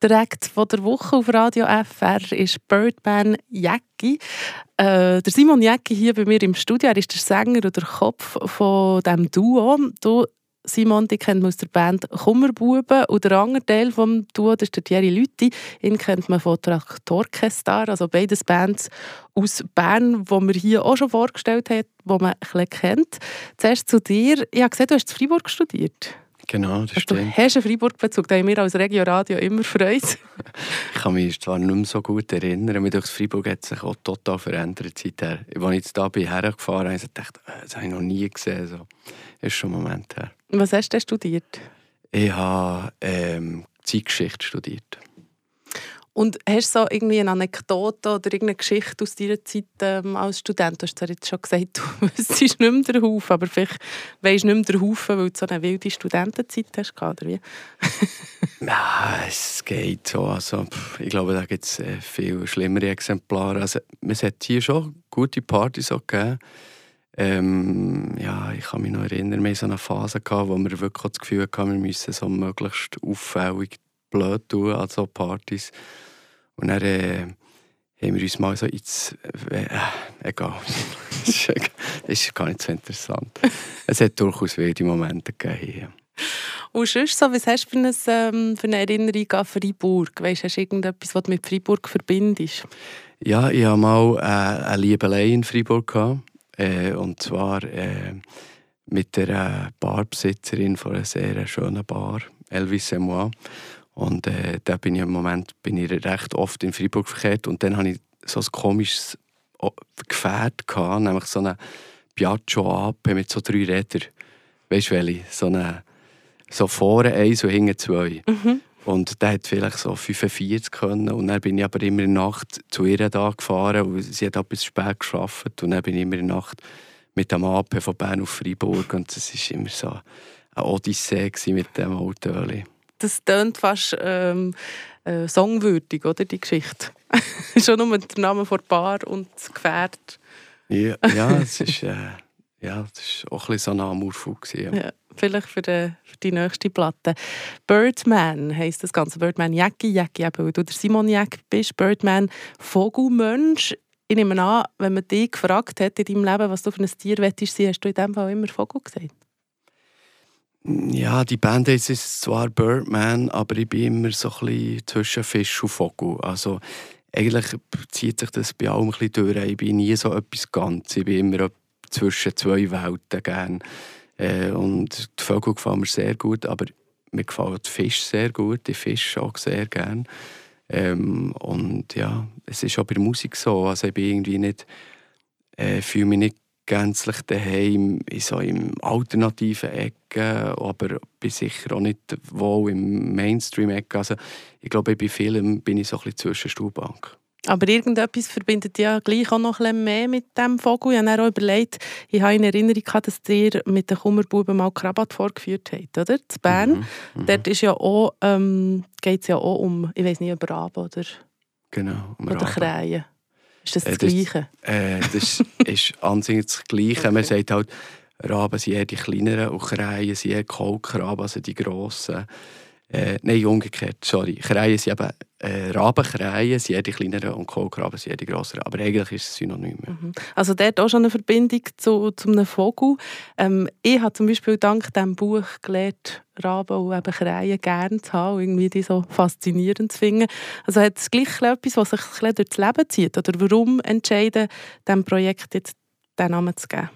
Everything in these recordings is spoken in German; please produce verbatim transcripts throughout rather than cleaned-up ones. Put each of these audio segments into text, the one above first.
Der Act von der Woche auf Radio F R ist Birdman Jäcki. Äh, der Simon Jäcki hier bei mir im Studio. Er ist der Sänger und der Kopf von diesem Duo. Du, Simon, die kennt man aus der Band Kummerbuben. Und der andere Teil des Duo, das ist der Thierry Lüthi. Ihn kennt man von Traktorchester, also beides Bands aus Bern, die wir hier auch schon vorgestellt haben, die man ein bisschen kennt. Zuerst zu dir. Ich habe gesehen, du hast in Freiburg studiert. Genau, das also, stimmt. Du hast einen Freiburg-Bezug, da haben wir als Regio-Radio immer freut. Ich kann mich zwar nicht mehr so gut erinnern, aber Freiburg hat sich auch total verändert seither. Als ich jetzt hier bin, hergefahren habe, habe ich gedacht, das habe ich noch nie gesehen. So. Das ist schon ein Moment her. Was hast du studiert? Ich habe ähm, Zeitgeschichte studiert. Und hast du so irgendwie eine Anekdote oder irgendeine Geschichte aus deiner Zeit ähm, als Student? Du hast zwar jetzt schon gesagt, du wüsstest nicht mehr den Haufen, aber vielleicht weisst du nicht mehr den Haufen, weil du so eine wilde Studentenzeit hast, oder wie? Ja, es geht so. Also, ich glaube, da gibt es äh, viel schlimmere Exemplare. Also, es hat hier schon gute Partys auch gegeben. Ähm, ja, ich kann mich noch erinnern, wir hatten so eine Phase, gehabt, wo wir wirklich das Gefühl hatten, wir müssen so möglichst auffällig blöd tun an so Partys. Und dann äh, haben wir uns mal so ins... Äh, egal. Das ist, ist gar nicht so interessant. Es hat durchaus wilde Momente gegeben. Und sonst so, was hast du für eine, ähm, für eine Erinnerung an Freiburg? Weißt, hast du irgendetwas, was du mit Freiburg verbindest? Ja, ich hatte mal äh, eine Liebelei in Freiburg gehabt. Äh, und zwar äh, mit der äh, Barbesitzerin von einer sehr schönen Bar, Elvis et moi. Und äh, da bin ich im Moment bin ich recht oft in Freiburg verkehrt. Und dann hatte ich so ein komisches Gefährt gehabt, nämlich so einen Piaggio A P mit so drei Rädern. Weißt du welche? So, eine, so vorne eins und hinten zwei. Mhm. Und der hat vielleicht so fünfundvierzig können. Und dann bin ich aber immer in der Nacht zu ihr da gefahren. Und sie hat auch bis spät gearbeitet. Und dann bin ich immer in der Nacht mit dem A P von Bern auf Freiburg. Und das war immer so eine Odyssee mit dem Auto. Das klingt fast ähm, äh, songwürdig, oder, die Geschichte? Schon nur der Name der Bar und das Gefährt. Ja, ja, es ist, äh, ja, das war auch ein bisschen so ein Amourfou. Ja. Ja, vielleicht für die, für die nächste Platte. Birdman heisst das Ganze. Birdman Jäcki. Jäcki eben, weil du der Simon Jäcki bist. Birdman Vogelmensch. Ich nehme an, wenn man dich gefragt hat in deinem Leben, was du für ein Tier möchtest sein, hast du in dem Fall immer Vogel gesagt? Ja, die Band ist zwar Birdman, aber ich bin immer so ein bisschen zwischen Fisch und Vogel. Also eigentlich zieht sich das bei allem ein bisschen durch. Ich bin nie so etwas ganz. Ich bin immer zwischen zwei Welten gern. Äh, und die Vögel gefallen mir sehr gut, aber mir gefallen die Fische sehr gut. Die Fische auch sehr gern. Ähm, und ja, es ist auch bei der Musik so. Also ich bin irgendwie nicht, äh, fühle mich nicht gänzlich daheim in so im alternativen Ecken, aber bin sicher auch nicht wohl im Mainstream-Ecken. Also ich glaube, bei vielen bin ich so ein bisschen zwischen Stuhl und Bank. Aber irgendetwas verbindet ja gleich auch noch ein bisschen mehr mit dem Vogel. Ich habe mir auch überlegt, ich habe in Erinnerung gehabt, dass ihr mit den Kummerbuben mal Krabat vorgeführt habt, oder? In Bern. Mhm, mhm. Dort ist ja auch, ähm, geht es ja auch um, ich weiß nicht, über Raben oder, genau, um oder Krähen. Ist das das, äh, das Gleiche? Äh, das ist an sich das Gleiche. Okay. Man sagt halt, Raben sind eher die kleineren und Krähen sind eher Kaulkraben, also die grossen. Äh, nein, umgekehrt, sorry. Krähen sind eben, äh, Rabenkrähen sind eher die kleineren und Kaulkraben sind eher die grosseren. Aber eigentlich ist es synonym. Mhm. Also dort auch schon eine Verbindung zu, zu einem Vogel. Ähm, ich habe zum Beispiel dank diesem Buch gelernt, Raben und eben Krähen gerne zu haben und irgendwie die so faszinierend zu finden. Also hat es gleich etwas, was sich ein durchs Leben zieht? Oder warum entscheiden, diesem Projekt jetzt den Namen zu geben?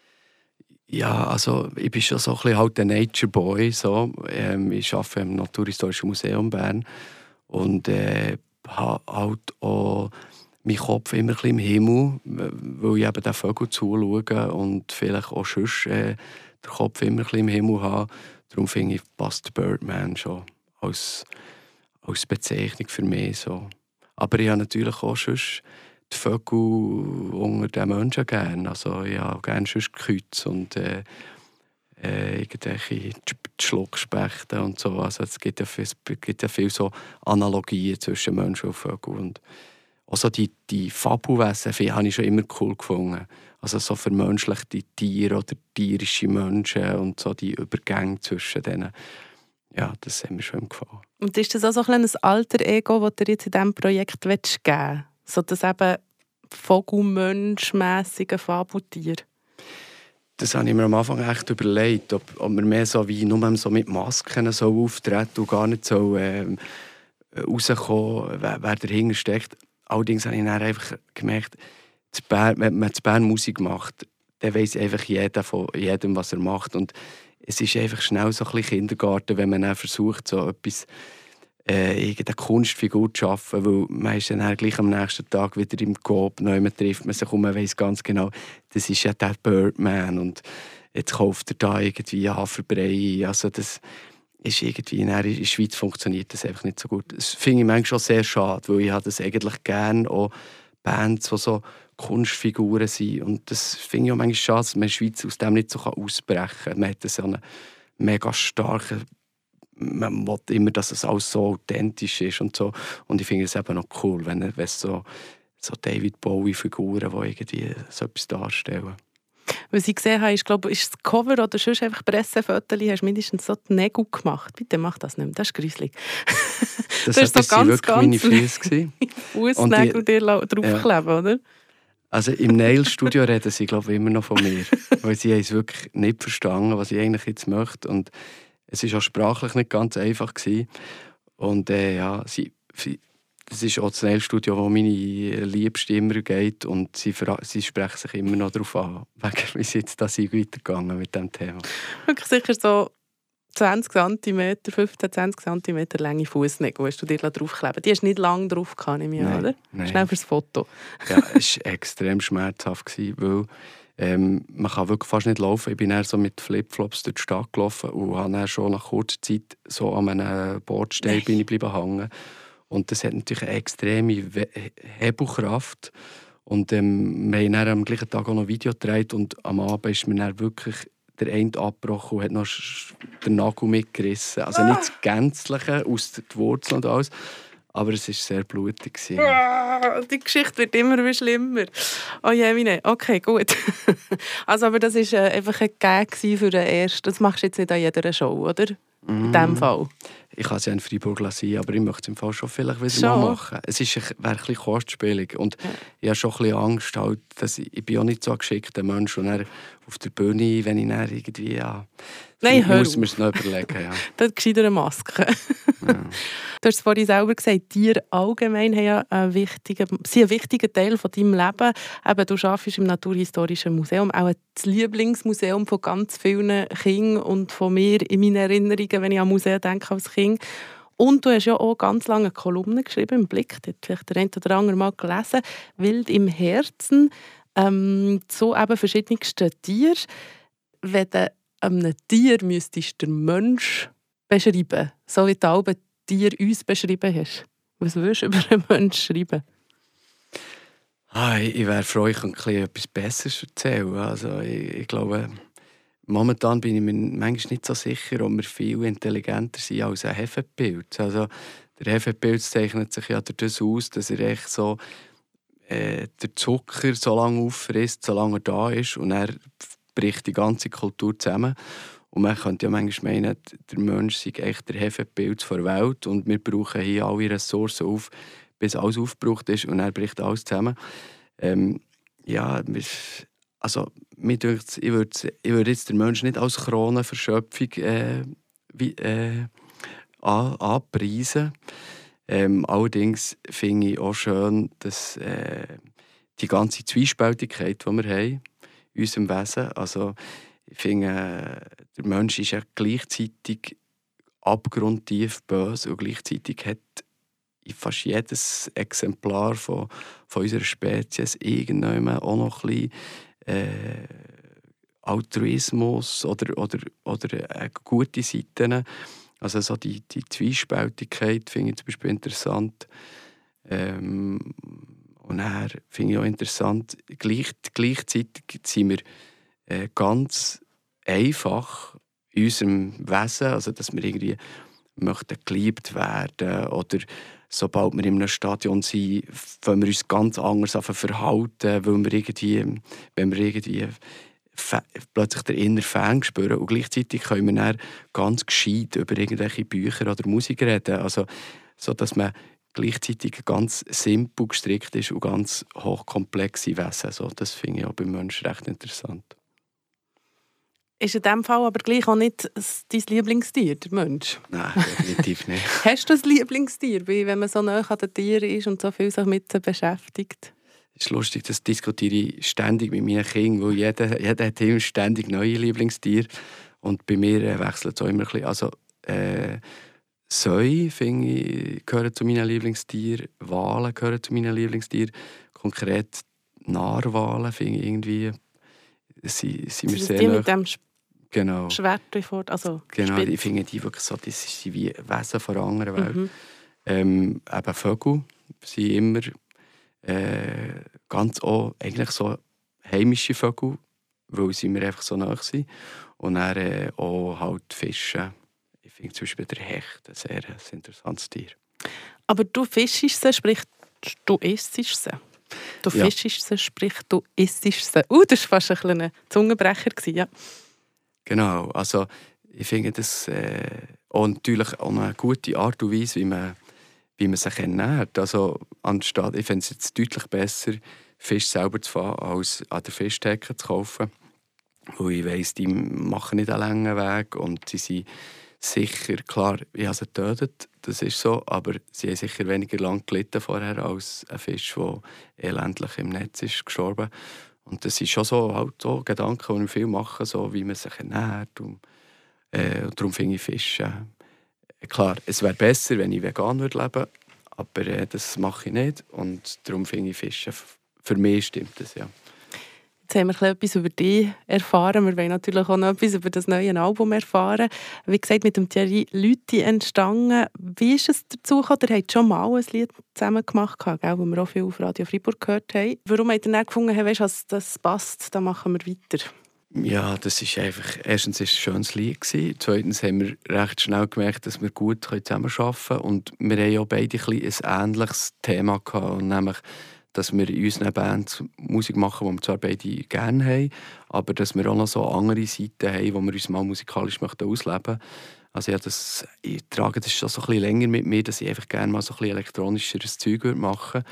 Ja, also ich bin schon so ein bisschen halt der Nature Boy. So. Ähm, ich arbeite im Naturhistorischen Museum Bern und äh, habe halt auch meinen Kopf immer ein bisschen im Himmel, weil ich eben den Vögeln zuschaue und vielleicht auch sonst äh, den Kopf immer ein bisschen im Himmel habe. Darum finde ich, passt Birdman schon als, als Bezeichnung für mich. So. Aber ich habe natürlich auch sonst die Vögel unter den Menschen gerne. Also ich habe gerne sonst Kühe und äh, äh, irgendwelche Schluckspechte und so. Also es gibt ja viel, es gibt ja viel so Analogien zwischen Menschen und Vögeln. Und also die, die Fabelwesen habe ich schon immer cool gefunden. Also so vermenschlichte Tiere oder tierische Menschen und so die Übergänge zwischen denen. ja, das hat mir schon gefallen. Und ist das auch so ein, ein alter Ego, das du jetzt in diesem Projekt geben willst? So das eben Vogelmensch-mässige Fabeltier? Das habe ich mir am Anfang echt überlegt, ob, ob wir mehr so wie nur so mit Masken so auftreten und gar nicht so ähm, rauskommen, wer, wer dahinter steckt. Allerdings habe ich dann einfach gemerkt, Bern, wenn man zu Bern Musik macht, dann weiss einfach jeder von jedem, was er macht. Und es ist einfach schnell so ein bisschen Kindergarten, wenn man dann versucht, so etwas, äh, irgendeine Kunstfigur zu schaffen, weil man ist dann gleich am nächsten Tag wieder im Coop, neu trifft man sich und man weiss ganz genau, das ist ja der Birdman und jetzt kauft er da irgendwie Haferbrei. Also das ist irgendwie, in der Schweiz funktioniert das einfach nicht so gut. Das finde ich manchmal schon sehr schade, weil ich habe das eigentlich gerne, auch Bands, die so Kunstfiguren sind. Und das finde ich auch manchmal schade, dass man in der Schweiz aus dem nicht so ausbrechen kann. Man hat so einen mega starken, man will immer, dass es alles so authentisch ist und so. Und ich finde es eben noch cool, wenn, wenn es so, so David Bowie-Figuren, die irgendwie so etwas darstellen. Was ich gesehen habe, ist, glaube ich, ist das Cover oder sonst einfach Pressefotos, hast du mindestens so die Nägel gemacht. Bitte mach das nicht mehr, das ist gruselig. Das, das das war so ganz, ganz meine Füße. Fußnägel dir draufkleben, ja. Oder? Also im Nail-Studio reden sie, glaube ich, immer noch von mir. Weil sie haben es wirklich nicht verstanden, was ich eigentlich jetzt möchte. Und es war auch sprachlich nicht ganz einfach gewesen. Und äh, ja, sie, sie, das ist auch das Nail-Studio, wo meine Liebste immer geht. Und sie, sie sprechen sich immer noch darauf an, wie sie jetzt da weitergegangen mit diesem Thema. Wirklich sicher so zwanzig Zentimeter, fünfzehn, zwanzig Zentimeter lange Fußnägel hast du dir draufkleben. Die hast du nicht lange drauf gehabt, nehme ich an, oder? Nein. Schnell fürs Foto. Ja, es war extrem schmerzhaft, weil ähm, man kann wirklich fast nicht laufen. Ich bin dann so mit Flipflops durch die Stadt gelaufen und habe dann schon nach kurzer Zeit so an einem Bordstein bin ich bleiben hängen. Und das hat natürlich eine extreme Hebelkraft. Und ähm, wir haben dann am gleichen Tag auch noch ein Video gedreht und am Abend ist mir dann wirklich der eine abgebrochen und hat noch den Nagel mitgerissen. Also nicht das Gänzliche aus den Wurzeln und alles, aber es war sehr blutig. Ah, die Geschichte wird immer schlimmer. Oh je, meine. Okay, gut. Also, aber das war äh, einfach ein Gag für den ersten. Das machst du jetzt nicht an jeder Show, oder? In Mm. diesem Fall. Ich kann es ja in Freiburg lassen, aber ich möchte es im Fall schon vielleicht wieder schon. mal machen. Es ist, wäre ein bisschen kostspielig und ja. Ich habe schon ein bisschen Angst, halt, dass ich, ich bin auch nicht so ein geschickter Mensch und dann auf der Bühne, wenn ich dann irgendwie, ja, Nein, hör muss mir es noch überlegen. Ja. Das ist gescheiter eine Maske. Ja. Du hast es vorhin selber gesagt, Tiere allgemein haben ja einen wichtigen, sind ein wichtiger Teil von deinem Leben. Eben, du arbeitest im Naturhistorischen Museum, auch das Lieblingsmuseum von ganz vielen Kindern und von mir in meinen Erinnerungen, wenn ich an Museen denke als Kind. Und du hast ja auch ganz lange Kolumnen geschrieben im Blick, das hat vielleicht der eine oder andere mal gelesen, «Wild im Herzen», ähm, so eben verschiedenste Tiere. Wenn du einem Tier müsstest den Mensch beschreiben, so wie du alle Tiere uns beschrieben hast. Was würdest du über einen Menschen schreiben? Ah, ich ich wäre froh, ich könnte etwas Besseres erzählen. Also, ich, ich glaube, momentan bin ich mir manchmal nicht so sicher, ob wir viel intelligenter sind als ein Hefepilz. Also, der Hefepilz zeichnet sich ja dadurch aus, dass er echt so äh, den Zucker so lange auffrisst, solange er da ist, und er bricht die ganze Kultur zusammen. Und man könnte ja manchmal meinen, der Mensch sei echt der Hefepilz der Welt und wir brauchen hier alle Ressourcen auf, bis alles aufgebraucht ist und dann bricht alles zusammen. Ähm, ja, also mir denkt, ich würde ich würd jetzt den Menschen nicht als Kronenverschöpfung äh, wie, äh, an, anpreisen. Ähm, allerdings finde ich auch schön, dass äh, die ganze Zwiespältigkeit, die wir haben in unserem Wesen, also ich finde, der Mensch ist ja gleichzeitig abgrundtief böse und gleichzeitig hat fast jedes Exemplar von, von unserer Spezies irgendwann auch noch ein bisschen äh, Altruismus oder, oder, oder äh, gute Seiten. Also so die, die Zwiespältigkeit finde ich zum Beispiel interessant. Ähm, und dann finde ich auch interessant, gleich, gleichzeitig sind wir äh, ganz einfach in unserem Wesen, also dass wir irgendwie möchten geliebt werden oder sobald wir in einem Stadion sind, wollen wir uns ganz anders verhalten, weil wir irgendwie, wenn wir irgendwie Fa- plötzlich den inneren Fan spüren und gleichzeitig können wir dann ganz gescheit über irgendwelche Bücher oder Musik reden. Also, so dass man gleichzeitig ganz simpel gestrickt ist und ganz hochkomplexe Wesen. So, das finde ich auch beim Menschen recht interessant. Ist in diesem Fall aber gleich auch nicht dein Lieblingstier, der Mensch? Nein, definitiv nicht. Hast du ein Lieblingstier, wenn man so nah an den Tieren ist und so viel sich mit ihnen beschäftigt? Es ist lustig, das diskutiere ich ständig mit meinen Kindern, weil jeder, jeder hat immer ständig neue Lieblingstiere. Und bei mir äh, wechselt es auch immer ein bisschen. Also, äh, Säue, finde ich, gehören zu meinen Lieblingstieren. Wale gehören zu meinen Lieblingstieren. Konkret Narwale, finde ich irgendwie, sie, sind mir Sie sehr die nah. mit dem Genau. Schwert vor, also Genau, Spitz. ich finde die wirklich so, das sind wie Wesen von einer anderen Welt. Mhm. Ähm, eben Vögel sind immer äh, ganz auch eigentlich so heimische Vögel, weil sie mir einfach so nah sind. Und dann äh, auch halt Fische. Ich finde zum Beispiel der Hecht ein sehr ein interessantes Tier. Aber du fischst sie, sprich, du isst sie. Du Ja. fischst sie, sprich, du isst sie. Uh, das war fast ein kleiner Zungenbrecher. Ja. Genau, also ich finde das äh, auch natürlich auch eine gute Art und Weise, wie man, wie man sich ernährt. Also anstatt, ich finde es jetzt deutlich besser, Fisch selber zu fahren, als an der Fischtheke zu kaufen. Weil ich weiss, die machen nicht einen langen Weg und sie sind sicher, klar, ich habe sie getötet, das ist so, aber sie haben sicher weniger lang gelitten vorher als ein Fisch, der elendlich im Netz ist gestorben. Und das sind schon so, halt so Gedanken, die ich viel mache, so wie man sich ernährt. Und, äh, und darum finde ich Fische. Äh, klar, es wäre besser, wenn ich vegan würde leben, aber äh, das mache ich nicht. Und darum finde ich Fische, für mich stimmt das, ja. Jetzt haben wir etwas über dich erfahren. Wir wollen natürlich auch noch etwas über das neue Album erfahren. Wie gesagt, mit dem Thierry Lüthi entstanden. Wie ist es dazu gekommen? Ihr habt schon mal ein Lied zusammen gemacht, gell, das wir auch viel auf Radio Freiburg gehört haben. Warum habt ihr dann gefunden, hey, weißt, also, das passt, dann machen wir weiter? Ja, das ist einfach, erstens war es ein schönes Lied gewesen. Zweitens haben wir recht schnell gemerkt, dass wir gut zusammenarbeiten können. Und wir haben ja beide ein, ein ähnliches Thema gehabt, nämlich, dass wir in unseren Bands Musik machen, die wir zwar beide gerne haben, aber dass wir auch noch so andere Seiten haben, die wir uns mal musikalisch möchten ausleben möchten. Also ja, das, ich trage das schon so ein bisschen länger mit mir, dass ich einfach gerne mal so ein bisschen elektronischeres Zeug machen würde.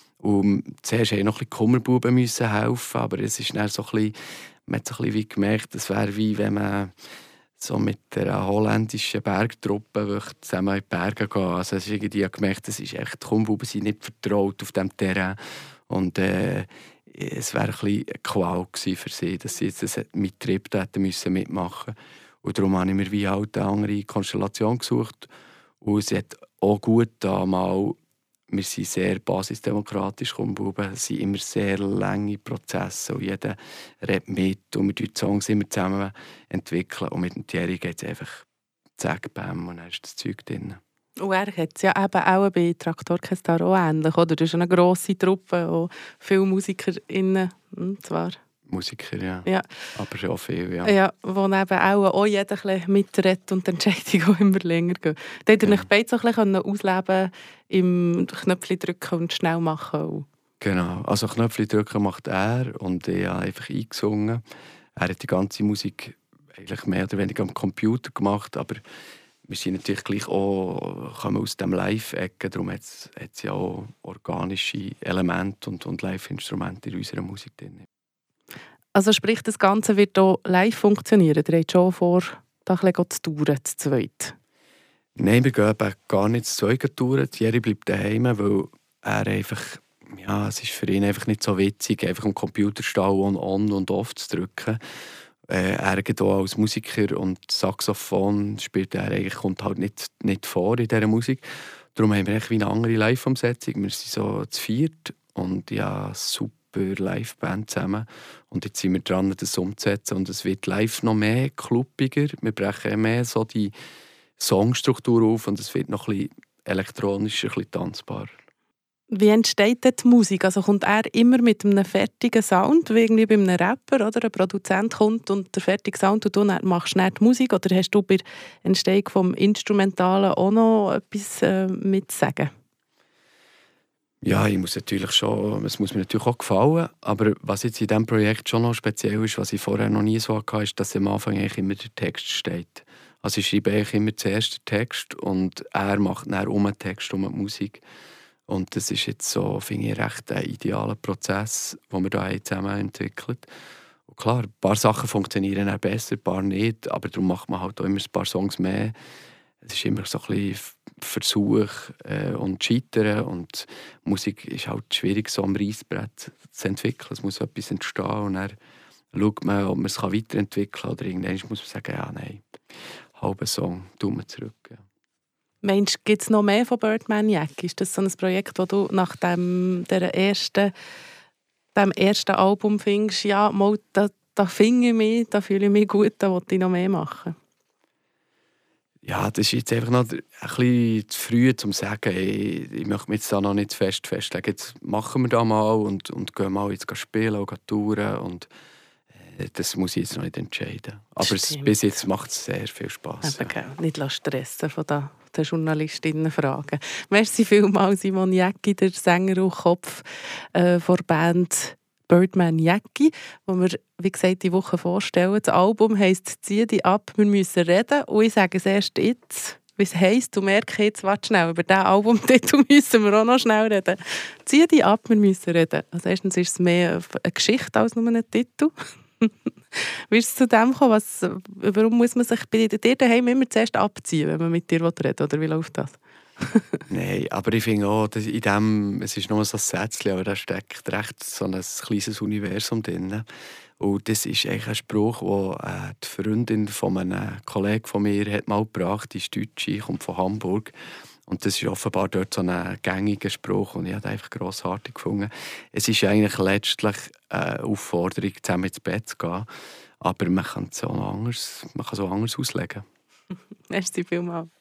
Und zuerst mussten wir noch ein bisschen Kummerbuben müssen helfen, aber es ist dann so ein bisschen, man hat so ein bisschen wie gemerkt, es wäre wie wenn man so mit einer holländischen Bergtruppe zusammen in die Berge gehen. Also ich habe irgendwie gemerkt, das ist echt, die Kummerbuben sind nicht vertraut auf diesem Terrain. Und äh, es wäre ein bisschen eine Qual gewesen für sie, dass sie jetzt das mit Trip hätten müssen mitmachen. Und darum habe ich mir wie halt eine andere Konstellation gesucht. Und es hat auch gut da mal, wir sind sehr basisdemokratisch, Kummerbuben, es sind immer sehr lange Prozesse und jeder redet mit und wir entwickeln die Songs immer zusammen entwickeln und mit dem Thierry geht es einfach zack, bam und dann ist das Zeug drin. Und er hat es ja eben auch bei Traktorchester auch ähnlich, oder? Das ist eine grosse Truppe, auch viele MusikerInnen, zwar. Musiker, ja. ja. Aber schon viel, ja. Ja, wo eben auch, auch jeder mitredet und die Entscheidungen auch immer länger gehen. Da konnte ihr euch beide so ein bisschen ausleben, im Knöpfchen drücken und schnell machen. Genau, also Knöpfchen drücken macht er und ich habe einfach eingesungen. Er hat die ganze Musik eigentlich mehr oder weniger am Computer gemacht, aber wir sind natürlich gleich auch, kommen aus dem Live-Ecke, darum hat es ja auch organische Elemente und, und Live-Instrumente in unserer Musik drin. Also sprich, das Ganze wird auch live funktionieren? Ihr habt schon vor, da ein bisschen zu touren, zu zweit? Nein, wir gehen gar nicht zu zweit touren. Thierry bleibt daheim, weil er einfach, ja, es ist für ihn einfach nicht so witzig, einfach am Computer stehen und on und off zu drücken. Äh, er geht auch als Musiker und Saxophon spielt er eigentlich, kommt halt nicht, nicht vor in dieser Musik. Darum haben wir eigentlich wie eine andere Live-Umsetzung. Wir sind so zu viert und ja, super Live-Band zusammen. Und jetzt sind wir dran, das umzusetzen. Und es wird live noch mehr kluppiger. Wir brechen mehr so die Songstruktur auf und es wird noch ein bisschen elektronischer, ein bisschen tanzbarer. Wie entsteht denn die Musik? Also kommt er immer mit einem fertigen Sound, wie irgendwie bei einem Rapper, oder? Ein Produzent kommt und der fertige Sound und du machst schnell die Musik? Oder hast du bei der Entstehung des Instrumentalen auch noch etwas äh, mitzusagen? Ja, ich muss natürlich schon, es muss mir natürlich auch gefallen, aber was jetzt in diesem Projekt schon noch speziell ist, was ich vorher noch nie so hatte, ist, dass am Anfang eigentlich immer der Text steht. Also ich schreibe eigentlich immer zuerst den Text und er macht dann um den Text, um die Musik. Und das ist jetzt so, finde ich, recht ein idealer Prozess, den wir hier zusammen entwickelt. Und klar, ein paar Sachen funktionieren auch besser, ein paar nicht, aber darum macht man halt auch immer ein paar Songs mehr. Es ist immer so ein bisschen Versuch äh, und Scheitern und Musik ist halt schwierig, so am Reissbrett zu entwickeln. Es muss etwas entstehen und dann schaut man, ob man es weiterentwickeln kann oder irgendwann muss man sagen, ja, nein, halber Song, tun wir zurück. Ja. Meinst du, gibt es noch mehr von Birdman Jackie? Ist das so ein Projekt, das du nach dem, der ersten, dem ersten Album findest, ja, mal, da, da finde ich mich, da fühle ich mich gut, da will ich noch mehr machen? Ja, das ist jetzt einfach noch ein bisschen zu früh, um zu sagen, ich, ich möchte mich jetzt da noch nicht fest festlegen. Jetzt machen wir das mal und, und gehen mal jetzt spielen und touren und äh, das muss ich jetzt noch nicht entscheiden. Aber es, bis jetzt macht es sehr viel Spass. Ja. Okay. Nicht stressen von den, den Journalistinnen fragen. Merci vielmals, Simon Jäcki, der Sänger und Kopf äh, der Band Birdman Jackie, wo wir, wie gesagt, die Woche vorstellen. Das Album heisst «Zieh dich ab, wir müssen reden». Und ich sage es erst jetzt, wie es heisst, du merkst jetzt, warte schnell, über diesen Albumtitel müssen wir auch noch schnell reden. «Zieh dich ab, wir müssen reden». Also erstens ist es mehr eine Geschichte als nur ein Titel. Wie ist es zu dem gekommen? Was, warum muss man sich bei dir daheim immer zuerst abziehen, wenn man mit dir reden will? Oder wie läuft das? Nein, aber ich finde auch, dass in dem, es ist nur so ein Sätzchen, aber da steckt recht so ein kleines Universum drin. Und das ist eigentlich ein Spruch, den äh, die Freundin von einem Kollegen von mir hat mal gebracht, die ist Deutsche, kommt von Hamburg. Und das ist offenbar dort so ein gängiger Spruch und ich habe einfach grossartig gefunden. Es ist eigentlich letztlich eine Aufforderung, zusammen ins Bett zu gehen, aber man kann es auch anders, man kann es auch anders auslegen. Merci vielmals.